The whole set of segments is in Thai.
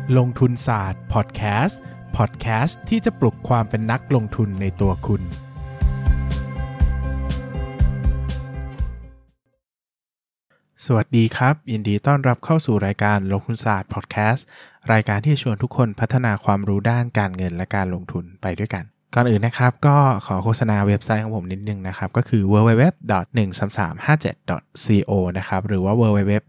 ลงทุนศาสตร์พอดแคสต์ที่จะปลุกความเป็นนักลงทุนในตัวคุณสวัสดีครับยินดีต้อนรับเข้าสู่รายการลงทุนศาสตร์พอดแคสต์รายการที่ชวนทุกคนพัฒนาความรู้ด้านการเงินและการลงทุนไปด้วยกันก่อนอื่นนะครับก็ขอโฆษณาเว็บไซต์ของผมนิดนึงนะครับก็คือ www.13357.co นะครับหรือว่า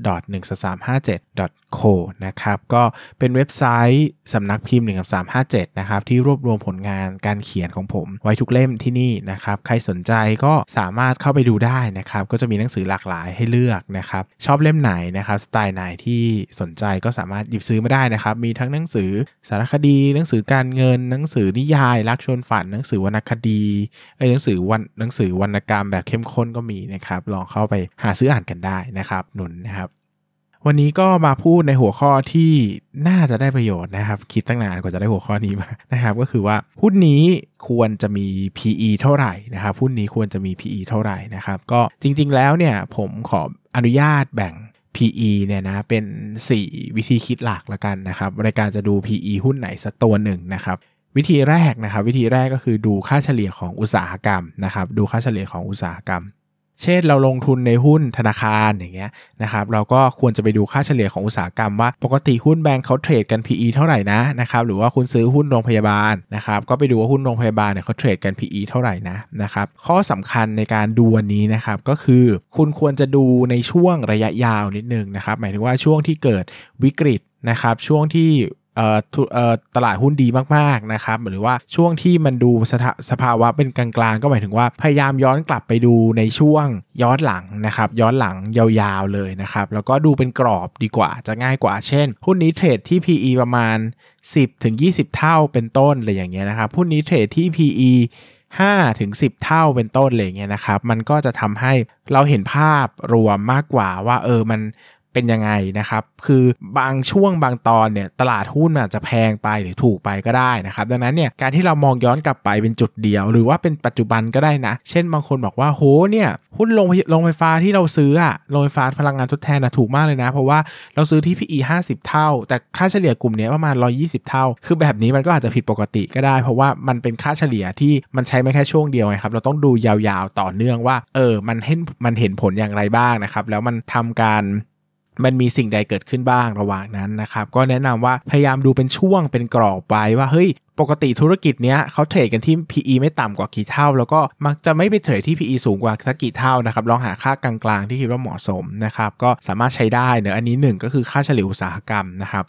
www.13357.co นะครับก็เป็นเว็บไซต์สำนักพิมพ์13357นะครับที่รวบรวมผลงานการเขียนของผมไว้ทุกเล่มที่นี่นะครับใครสนใจก็สามารถเข้าไปดูได้นะครับก็จะมีหนังสือหลากหลายให้เลือกนะครับชอบเล่มไหนนะครับสไตล์ไหนที่สนใจก็สามารถหยิบซื้อมาได้นะครับมีทั้งหนังสือสารคดีหนังสือการเงินหนังสือนิยายรักชวนฝันหนังสือวรรณคดีหนังสือวรรณกรรมแบบเข้มข้นก็มีนะครับลองเข้าไปหาซื้ออ่านกันได้นะครับหนุนนะครับวันนี้ก็มาพูดในหัวข้อที่น่าจะได้ประโยชน์นะครับคิดตั้งนานกว่าจะได้หัวข้อนี้มานะครับก็คือว่าหุ้นนี้ควรจะมี PE เท่าไหร่นะครับหุ้นนี้ควรจะมี PE เท่าไหร่นะครับก็จริงๆแล้วเนี่ยผมขออนุญาตแบ่ง PE เนี่ยนะเป็น4วิธีคิดหลักละกันนะครับในการจะดู PE หุ้นไหนสักตัวหนึ่งนะครับวิธีแรกก็คือดูค่าเฉลี่ยของอุตสาหกรรมนะครับดูค่าเฉลี่ยของอุตสาหกรรมเช่นเราลงทุนในหุ้นธนาคารอย่างเงี้ยนะครับเราก็ควรจะไปดูค่าเฉลี่ยของอุตสาหกรรมว่าปกติหุ้นแบงก์เขาเทรดกัน PE เท่าไหร่นะครับหรือว่าคุณซื้อหุ้นโรงพยาบาลนะครับก็ไปดูว่าหุ้นโรงพยาบาลเนี่ยเขาเทรดกัน PE เท่าไหร่นะครับข้อสำคัญในการดูวันนี้นะครับก็คือคุณควรจะดูในช่วงระยะยาวนิดนึงนะครับหมายถึงว่าช่วงที่เกิดวิกฤตนะครับช่วงที่ตลาดหุ้นดีมากๆนะครับหรือว่าช่วงที่มันดูสภาวะเป็นกลางๆก็หมายถึงว่าพยายามย้อนกลับไปดูในช่วงย้อนหลังนะครับย้อนหลังยาวๆเลยนะครับแล้วก็ดูเป็นกรอบดีกว่าจะง่ายกว่าเช่นหุ้นนี้เทรดที่ PE ประมาณ 10-20 เท่าเป็นต้นอะไรอย่างเงี้ยนะครับหุ้นนี้เทรดที่ PE 5-10 เท่าเป็นต้นอะไรอย่างเงี้ยนะครับมันก็จะทำให้เราเห็นภาพรวมมากกว่าว่ามันเป็นยังไงนะครับคือบางช่วงบางตอนเนี่ยตลาดหุ้นอาจจะแพงไปหรือถูกไปก็ได้นะครับดังนั้นเนี่ยการที่เรามองย้อนกลับไปเป็นจุดเดียวหรือว่าเป็นปัจจุบันก็ได้นะเช่นบางคนบอกว่าโหเนี่ยหุ้นโรงไฟฟ้าที่เราซื้อโรงไฟฟ้าพลังงานทดแทนถูกมากเลยนะเพราะว่าเราซื้อที่ PE 50 เท่าแต่ค่าเฉลี่ยกลุ่มนี้ประมาณ120 เท่าคือแบบนี้มันก็อาจจะผิดปกติก็ได้เพราะว่ามันเป็นค่าเฉลี่ยที่มันใช้ไม่แค่ช่วงเดียวไงครับเราต้องดูยาวๆต่อเนื่องว่ามันเห็นผลอย่างไรบ้างนะครับแล้วมันมีสิ่งใดเกิดขึ้นบ้างระหว่างนั้นนะครับก็แนะนำว่าพยายามดูเป็นช่วงเป็นกรอบไว้ว่าเฮ้ยปกติธุรกิจเนี้ยเขาเทรดกันที่ PE ไม่ต่ำกว่ากี่เท่าแล้วก็มักจะไม่ไปเทรดที่ PE สูงกว่าสักกี่เท่านะครับลองหาค่ากลางๆที่คิดว่าเหมาะสมนะครับก็สามารถใช้ได้เนอะอันนี้1ก็คือค่าเฉลี่ยอุตสาหกรรมนะครับ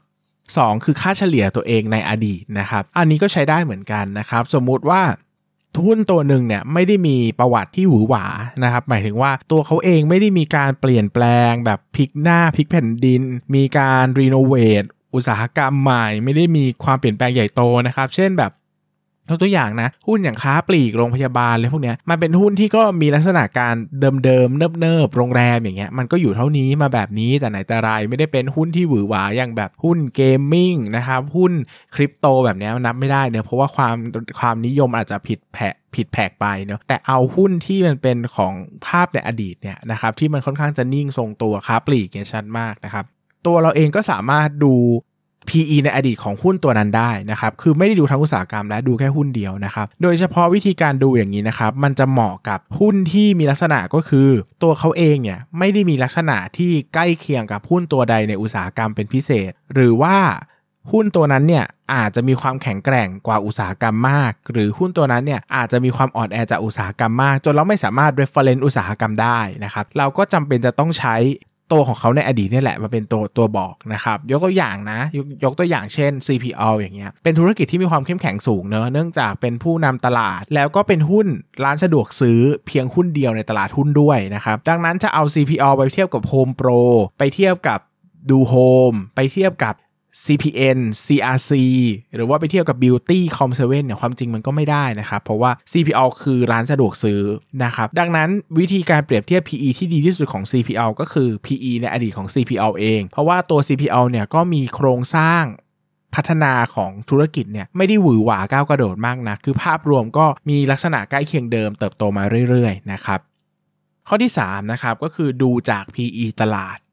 2คือค่าเฉลี่ยตัวเองในอดีตนะครับอันนี้ก็ใช้ได้เหมือนกันนะครับสมมุติว่าหุ้นตัวหนึ่งเนี่ยไม่ได้มีประวัติที่หวือหวานะครับหมายถึงว่าตัวเขาเองไม่ได้มีการเปลี่ยนแปลงแบบพลิกหน้าพลิกแผ่นดินมีการรีโนเวทอุตสาหกรรมใหม่ไม่ได้มีความเปลี่ยนแปลงใหญ่โตนะครับเช่นแบบตัวอย่างนะหุ้นอย่างค้าปลีกโรงพยาบาลอะไรพวกเนี้ยมันเป็นหุ้นที่ก็มีลักษณะการเดิมเนิบโรงแรมอย่างเงี้ยมันก็อยู่เท่านี้มาแบบนี้แต่ไหนแต่ไรไม่ได้เป็นหุ้นที่หวือหวาอย่างแบบหุ้นเกมมิ่งนะครับหุ้นคริปโตแบบเนี้ยนับไม่ได้เนอะเพราะว่าความนิยมอาจจะผิดแผกไปเนอะแต่เอาหุ้นที่มันเป็นของภาพในอดีตเนี่ยนะครับที่มันค่อนข้างจะนิ่งทรงตัวค้าปลีกเนี่ยชัดมากนะครับตัวเราเองก็สามารถดูPE ในอดีตของหุ้นตัวนั้นได้นะครับคือไม่ได้ดูทั้งอุตสาหกรรมและดูแค่หุ้นเดียวนะครับโดยเฉพาะวิธีการดูอย่างนี้นะครับมันจะเหมาะกับหุ้นที่มีลักษณะก็คือตัวเขาเองเนี่ยไม่ได้มีลักษณะที่ใกล้เคียงกับหุ้นตัวใดในอุตสาหกรรมเป็นพิเศษหรือว่าหุ้นตัวนั้นเนี่ยอาจจะมีความแข็งแกร่งกว่าอุตสาหกรรมมากหรือหุ้นตัวนั้นเนี่ยอาจจะมีความอ่อนแอจากอุตสาหกรรมมากจนเราไม่สามารถ reference อุตสาหกรรมได้นะครับเราก็จำเป็นจะต้องใช้ตัวของเขาในอดีตนี่แหละมาเป็นตัวบอกนะครับยกตัวอย่างยกตัวอย่างเช่น CPO อย่างเงี้ยเป็นธุรกิจที่มีความเข้มแข็งสูงเนื่องจากเป็นผู้นำตลาดแล้วก็เป็นหุ้นร้านสะดวกซื้อเพียงหุ้นเดียวในตลาดหุ้นด้วยนะครับดังนั้นจะเอา CPO ไปเทียบกับ Home Pro ไปเทียบกับดู Home ไปเทียบกับ CPN CRC หรือว่าไปเทียบกับ Beauty Com7 เนี่ยความจริงมันก็ไม่ได้นะครับเพราะว่า CPO คือร้านสะดวกซื้อนะครับดังนั้นวิธีการเปรียบเทียบ PE ที่ดีที่สุดของ CPO ก็คือ PE ในอดีตของ CPO เองเพราะว่าตัว CPO เนี่ยก็มีโครงสร้างพัฒนาของธุรกิจเนี่ยไม่ได้หวือหวาก้าวกระโดดมากนะคือภาพรวมก็มีลักษณะใกล้เคียงเดิมเติบโตมาเรื่อยๆนะครับข้อที่3นะครับก็คือดูจาก PE ตลาด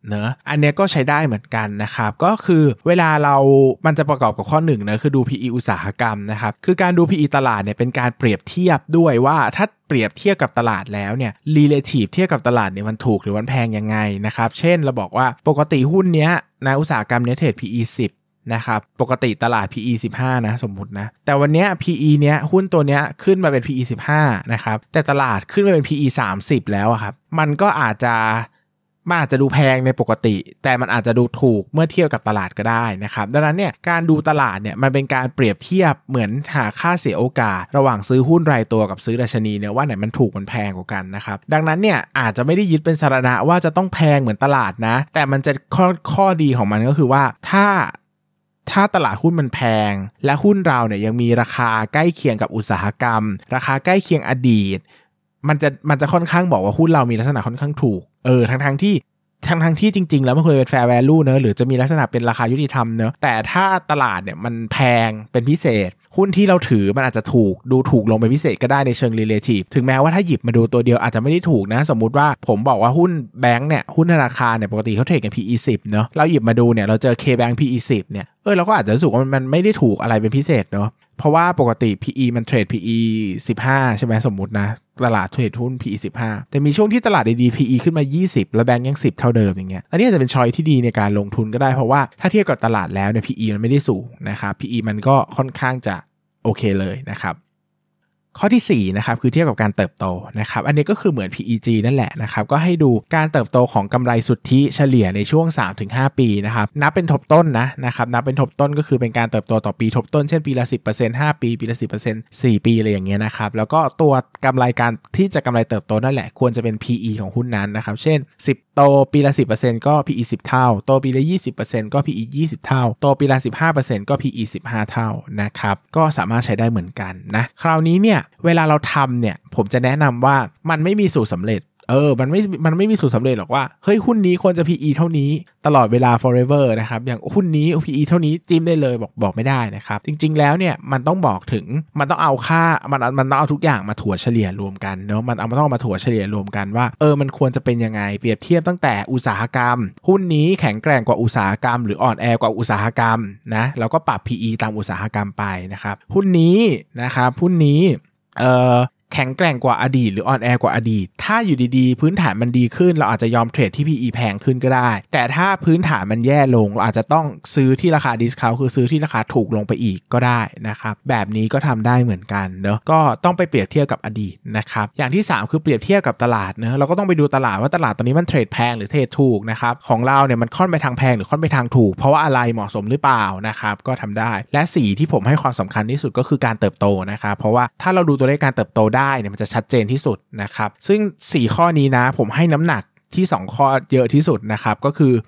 เนอะอันเนี้ยก็ใช้ได้เหมือนกันนะครับก็คือเวลามันจะประกอบกับข้อ1นะคือดู PE อุตสาหกรรมนะครับคือการดู PE ตลาดเนี่ยเป็นการเปรียบเทียบด้วยว่าถ้าเปรียบเทียบกับตลาดแล้วเนี่ย relative เทียบกับตลาดเนี่ยมันถูกหรือมันแพงยังไงนะครับเช่นเราบอกว่าปกติหุ้นเนี้ยในอุตสาหกรรมเนี้ยเทรด PE 10นะครับปกติตลาด PE 15นะสมมุตินะแต่วันเนี้ย PE เนี้ยหุ้นตัวเนี้ยขึ้นมาเป็น PE 15นะครับแต่ตลาดขึ้นมาเป็น PE 30แล้วครับมันก็อาจจะดูแพงในปกติแต่มันอาจจะดูถูกเมื่อเทียบกับตลาดก็ได้นะครับดังนั้นเนี่ยการดูตลาดเนี่ยมันเป็นการเปรียบเทียบเหมือนหาค่าเสียโอกาสระหว่างซื้อหุ้นรายตัวกับซื้อดัชนีเนี่ยว่าไหนมันถูกมันแพงกว่ากันนะครับดังนั้นเนี่ยอาจจะไม่ได้ยึดเป็นสรณะว่าจะต้องแพงเหมือนตลาดนะแต่มันจะข้อดีของมันก็คือว่าถ้าตลาดหุ้นมันแพงและหุ้นเราเนี่ยยังมีราคาใกล้เคียงกับอุตสาหกรรมราคาใกล้เคียงอดีตมันจะค่อนข้างบอกว่าหุ้นเรามีลักษณะค่อนข้างถูกทั้งที่จริงๆแล้วมันควรเป็น fair value เนอะหรือจะมีลักษณะเป็นราคายุติธรรมเนอะแต่ถ้าตลาดเนี่ยมันแพงเป็นพิเศษหุ้นที่เราถือมันอาจจะดูถูกลงเป็นพิเศษก็ได้ในเชิง relative ถึงแม้ว่าถ้าหยิบมาดูตัวเดียวอาจจะไม่ได้ถูกนะสมมุติว่าผมบอกว่าหุ้นแบงค์เนี่ยหุ้นธนาคารเนี่ยปกติเขาเทรดกัน PE 10เนอะเราหยิบมาดูเนี่ยเราเจอ KBank PE 10เนี่ยเราก็อาจจะรู้สึกว่ามันไม่ได้ถูกอะไรเป็นพิเศษเนอะเพราะว่าปกติ PE มันเทรด PE 15ใช่ไหมสมมุตินะตลาดเทรดหุ้น PE 15แต่มีช่วงที่ตลาดดีๆ PE ขึ้นมา20แล้วแบงก์ยัง10เท่าเดิมอย่างเงี้ยอันนี้อาจจะเป็นช้อยที่ดีในการลงทุนก็ได้เพราะว่าถ้าเทียบกับตลาดแล้วเนี่ย PE มันไม่ได้สูงนะครับ PE มันก็ค่อนข้างจะโอเคเลยนะครับข้อที่4นะครับคือเทียบกับการเติบโตนะครับอันนี้ก็คือเหมือน PEG นั่นแหละนะครับก็ให้ดูการเติบโตของกำไรสุทธิเฉลี่ยในช่วง 3-5 ปีนะครับนับเป็นทบต้นนะครับนับเป็นทบต้นก็คือเป็นการเติบโตต่อปีทบต้นเช่นปีละ 10% 5 ปีปีละ 10% 4 ปีอะไรอย่างเงี้ยนะครับแล้วก็ตัวกำไรการที่จะกำไรเติบโตนั่นแหละควรจะเป็น PE ของหุ้นนั้นนะครับเช่น10โตปีละ 10% ก็ PE 10 เท่าโตปีละ 20% ก็ PE 20 เท่าโตปีละ 15% ก็ PE 15 เท่านะครับก็สามารถใช้ได้เหมือนกันนะคราวนี้เนี่ยเวลาเราทำเนี่ยผมจะแนะนำว่ามันไม่มีสูตรสำเร็จมันไม่มีสูตรสำเร็จหรอกว่าเฮ้ยหุ้นนี้ควรจะ PE เท่านี้ตลอดเวลา forever นะครับอย่างหุ้นนี้ PE เท่านี้จิ้มได้เลยบอกไม่ได้นะครับจริงๆแล้วเนี่ยมันต้องบอกถึงมันต้องเอาค่ามันต้องเอาทุกอย่างมาถัวเฉลี่ยรวมกันเนาะมันต้องมาถัวเฉลี่ยรวมกันว่ามันควรจะเป็นยังไงเปรียบเทียบตั้งแต่อุตสาหกรรมหุ้นนี้แข็งแกร่งกว่าอุตสาหกรรมหรืออ่อนแอกว่าอุตสาหกรรมนะแล้วก็ปรับ PE ตามอุตสาหกรรมไปนะครับหุ้นนี้นะครับหุ้นนี้แข็งแกร่งกว่าอดีตหรืออ่อนแอกว่าอดีตถ้าอยู่ดีๆพื้นฐานมันดีขึ้นเราอาจจะยอมเทรดที่ PE แพงขึ้นก็ได้แต่ถ้าพื้นฐานมันแย่ลงเราอาจจะต้องซื้อที่ราคา discount คือซื้อที่ราคาถูกลงไปอีกก็ได้นะครับแบบนี้ก็ทำได้เหมือนกันเนอะก็ต้องไปเปรียบเทียบกับอดีตนะครับอย่างที่3คือเปรียบเทียบกับตลาดเนอะเราก็ต้องไปดูตลาดว่าตลาดตอนนี้มันเทรดแพงหรือเทรดถูกนะครับของเราเนี่ยมันค่อนไปทางแพงหรือค่อนไปทางถูกเพราะว่าอะไรเหมาะสมหรือเปล่านะครับก็ทำได้และ4ที่ผมให้ความสำคัญที่สุดก็คือการเติบโตนะครับเพราะว่าถ้าเราดูตัวเลขการเติบโตได้เนี่ยมันจะชัดเจนที่สุดนะครับซึ่ง4ข้อนี้นะผมให้น้ำหนักที่2ข้อเยอะที่สุดนะครับก็คือ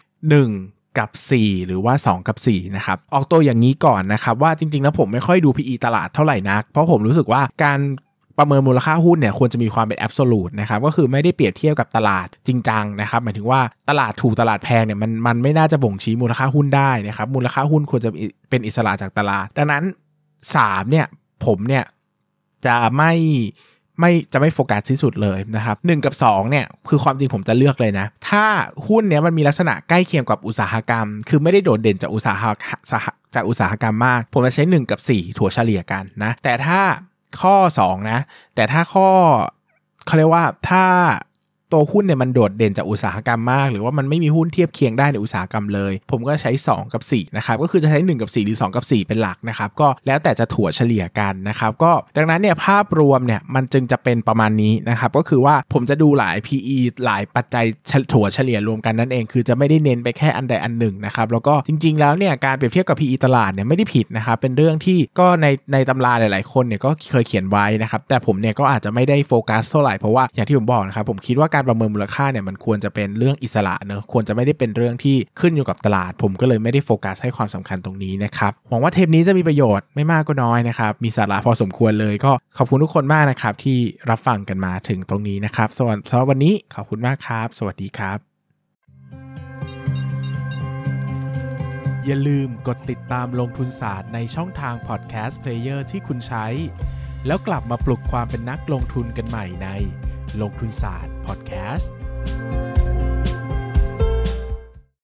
1กับ4หรือว่า2กับ4นะครับออกตัวอย่างนี้ก่อนนะครับว่าจริงๆแล้วผมไม่ค่อยดู PE ตลาดเท่าไหร่นักเพราะผมรู้สึกว่าการประเมินมูลค่าหุ้นเนี่ยควรจะมีความเป็น absolute นะครับก็คือไม่ได้เปรียบเทียบกับตลาดจริงจังนะครับหมายถึงว่าตลาดถูกตลาดแพงเนี่ยมันไม่น่าจะบ่งชี้มูลค่าหุ้นได้นะครับมูลค่าหุ้นควรจะเป็นอิสระจากตลาดดังนั้น3เนี่ยผมเนี่ยจะไม่โฟกัสที่สุดเลยนะครับ1กับ2เนี่ยคือความจริงผมจะเลือกเลยนะถ้าหุ้นเนี้ยมันมีลักษณะใกล้เคียงกับอุตสาหกรรมคือไม่ได้โดดเด่นจากอุตสาหกรรมมากผมจะใช้1กับ4ถัวเฉลี่ยกันนะแต่ถ้าข้อ2นะแต่ถ้าข้อเขาเรียกว่าถ้าตัวหุ้นเนี่ยมันโดดเด่นจากอุตสาหกรรมมากหรือว่ามันไม่มีหุ้นเทียบเคียงได้ในอุตสาหกรรมเลยผมก็ใช้2กับ4นะครับก็คือจะใช้1กับ4หรือ2กับ4เป็นหลักนะครับก็แล้วแต่จะถัวเฉลี่ยกันนะครับก็ดังนั้นเนี่ยภาพรวมเนี่ยมันจึงจะเป็นประมาณนี้นะครับก็คือว่าผมจะดูหลาย PE หลายปัจจัยถัวเฉลี่ยรวมกันนั่นเองคือจะไม่ได้เน้นไปแค่อันใดอันหนึ่งนะครับแล้วก็จริงๆแล้วเนี่ยการเปรียบเทียบกับ PE ตลาดเนี่ยไม่ได้ผิดนะครับเป็นเรื่องที่ก็ในตำราหลายๆคนเนี่ยก็เคยเขียนไว้นะครับแต่ผมเนี่ยก็อาจจะไม่ได้โฟกัสเท่าไหร่เพราะว่าอย่างที่ผมบอกนะครับผมคิดว่าการประเมินมูลค่าเนี่ยมันควรจะเป็นเรื่องอิสระเนอะควรจะไม่ได้เป็นเรื่องที่ขึ้นอยู่กับตลาดผมก็เลยไม่ได้โฟกัสให้ความสำคัญตรงนี้นะครับหวังว่าเทปนี้จะมีประโยชน์ไม่มากก็น้อยนะครับมีสาระพอสมควรเลยก็ขอบคุณทุกคนมากนะครับที่รับฟังกันมาถึงตรงนี้นะครับสำหรับวันนี้ขอบคุณมากครับสวัสดีครับอย่าลืมกดติดตามลงทุนศาสตร์ในช่องทางพอดแคสต์เพลเยอร์ที่คุณใช้แล้วกลับมาปลุกความเป็นนักลงทุนกันใหม่ในลงทุนศาสตร์พอดแคสต์